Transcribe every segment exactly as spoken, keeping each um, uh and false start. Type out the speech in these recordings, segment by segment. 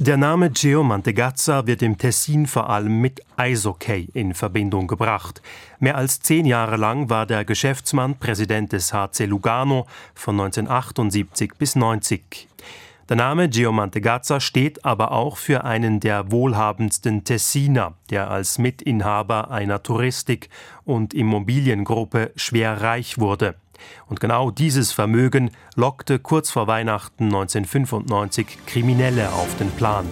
Der Name Geo Mantegazza wird im Tessin vor allem mit Eishockey in Verbindung gebracht. Mehr als zehn Jahre lang war der Geschäftsmann Präsident des H C Lugano von neunzehnhundertachtundsiebzig bis neunzig. Der Name Geo Mantegazza steht aber auch für einen der wohlhabendsten Tessiner, der als Mitinhaber einer Touristik- und Immobiliengruppe schwer reich wurde. Und genau dieses Vermögen lockte kurz vor Weihnachten neunzehnhundertfünfundneunzig Kriminelle auf den Plan.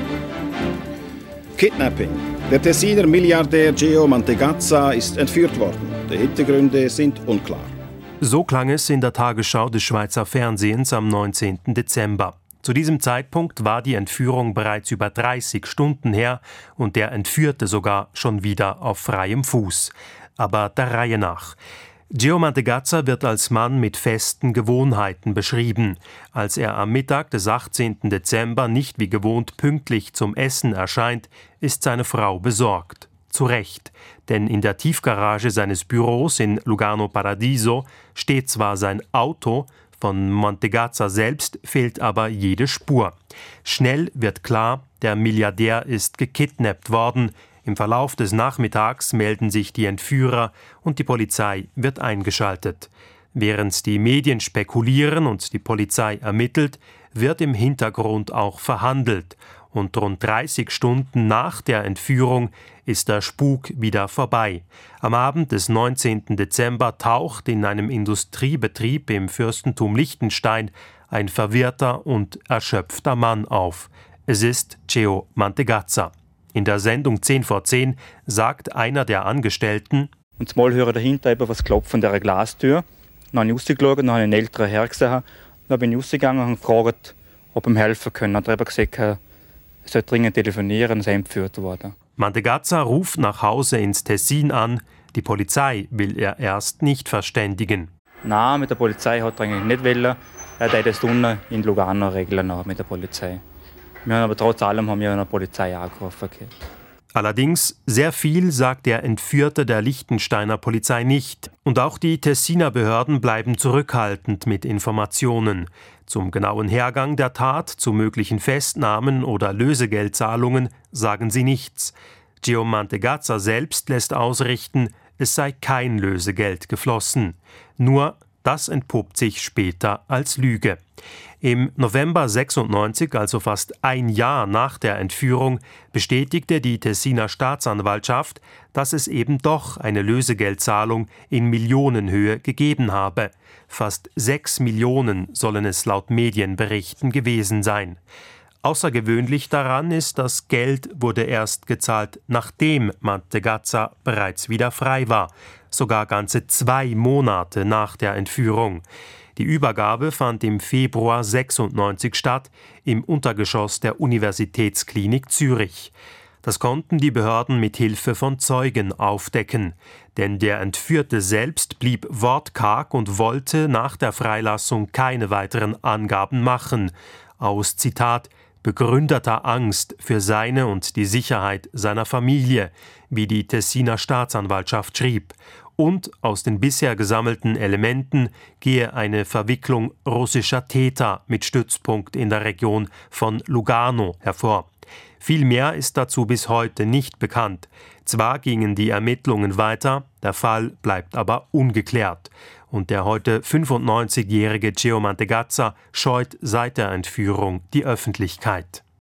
Kidnapping. Der Tessiner Milliardär Geo Mantegazza ist entführt worden. Die Hintergründe sind unklar. So klang es in der Tagesschau des Schweizer Fernsehens am neunzehnten Dezember. Zu diesem Zeitpunkt war die Entführung bereits über dreißig Stunden her und der Entführte sogar schon wieder auf freiem Fuß. Aber der Reihe nach. Geo Mantegazza wird als Mann mit festen Gewohnheiten beschrieben. Als er am Mittag des achtzehnten Dezember nicht wie gewohnt pünktlich zum Essen erscheint, ist seine Frau besorgt. Zu Recht, denn in der Tiefgarage seines Büros in Lugano Paradiso steht zwar sein Auto, von Mantegazza selbst fehlt aber jede Spur. Schnell wird klar, der Milliardär ist gekidnappt worden. Im Verlauf des Nachmittags melden sich die Entführer und die Polizei wird eingeschaltet. Während die Medien spekulieren und die Polizei ermittelt, wird im Hintergrund auch verhandelt. Und rund dreißig Stunden nach der Entführung ist der Spuk wieder vorbei. Am Abend des neunzehnten Dezember taucht in einem Industriebetrieb im Fürstentum Liechtenstein ein verwirrter und erschöpfter Mann auf. Es ist Geo Mantegazza. In der Sendung zehn vor zehn sagt einer der Angestellten: Und zumal höre ich dahinter eben was klopfen an dieser Glastür. Dann habe ich rausgeschaut und habe einen älteren Herr gesehen. Dann bin ich rausgegangen und gefragt, ob ihm helfen können. Dann hat er eben gesagt, er soll dringend telefonieren und sei entführt worden. Mantegazza ruft nach Hause ins Tessin an. Die Polizei will er erst nicht verständigen. Nein, mit der Polizei hat er eigentlich nicht wollen. Er wollte das unten in Lugano regeln mit der Polizei. Wir haben aber trotz allem haben wir eine Polizei angerufen. Allerdings, sehr viel sagt der Entführte der Liechtensteiner Polizei nicht. Und auch die Tessiner Behörden bleiben zurückhaltend mit Informationen. Zum genauen Hergang der Tat, zu möglichen Festnahmen oder Lösegeldzahlungen sagen sie nichts. Geo Mantegazza selbst lässt ausrichten, es sei kein Lösegeld geflossen. Nur, das entpuppt sich später als Lüge. Im November sechsundneunzig, also fast ein Jahr nach der Entführung, bestätigte die Tessiner Staatsanwaltschaft, dass es eben doch eine Lösegeldzahlung in Millionenhöhe gegeben habe. Fast sechs Millionen sollen es laut Medienberichten gewesen sein. Außergewöhnlich daran ist, das Geld wurde erst gezahlt, nachdem Mantegazza bereits wieder frei war, sogar ganze zwei Monate nach der Entführung. Die Übergabe fand im Februar sechsundneunzig statt, im Untergeschoss der Universitätsklinik Zürich. Das konnten die Behörden mit Hilfe von Zeugen aufdecken, denn der Entführte selbst blieb wortkarg und wollte nach der Freilassung keine weiteren Angaben machen. Aus, Zitat, begründeter Angst für seine und die Sicherheit seiner Familie, wie die Tessiner Staatsanwaltschaft schrieb. Und aus den bisher gesammelten Elementen gehe eine Verwicklung russischer Täter mit Stützpunkt in der Region von Lugano hervor. Viel mehr ist dazu bis heute nicht bekannt. Zwar gingen die Ermittlungen weiter, der Fall bleibt aber ungeklärt. Und der heute fünfundneunzigjährige Geo Mantegazza scheut seit der Entführung die Öffentlichkeit.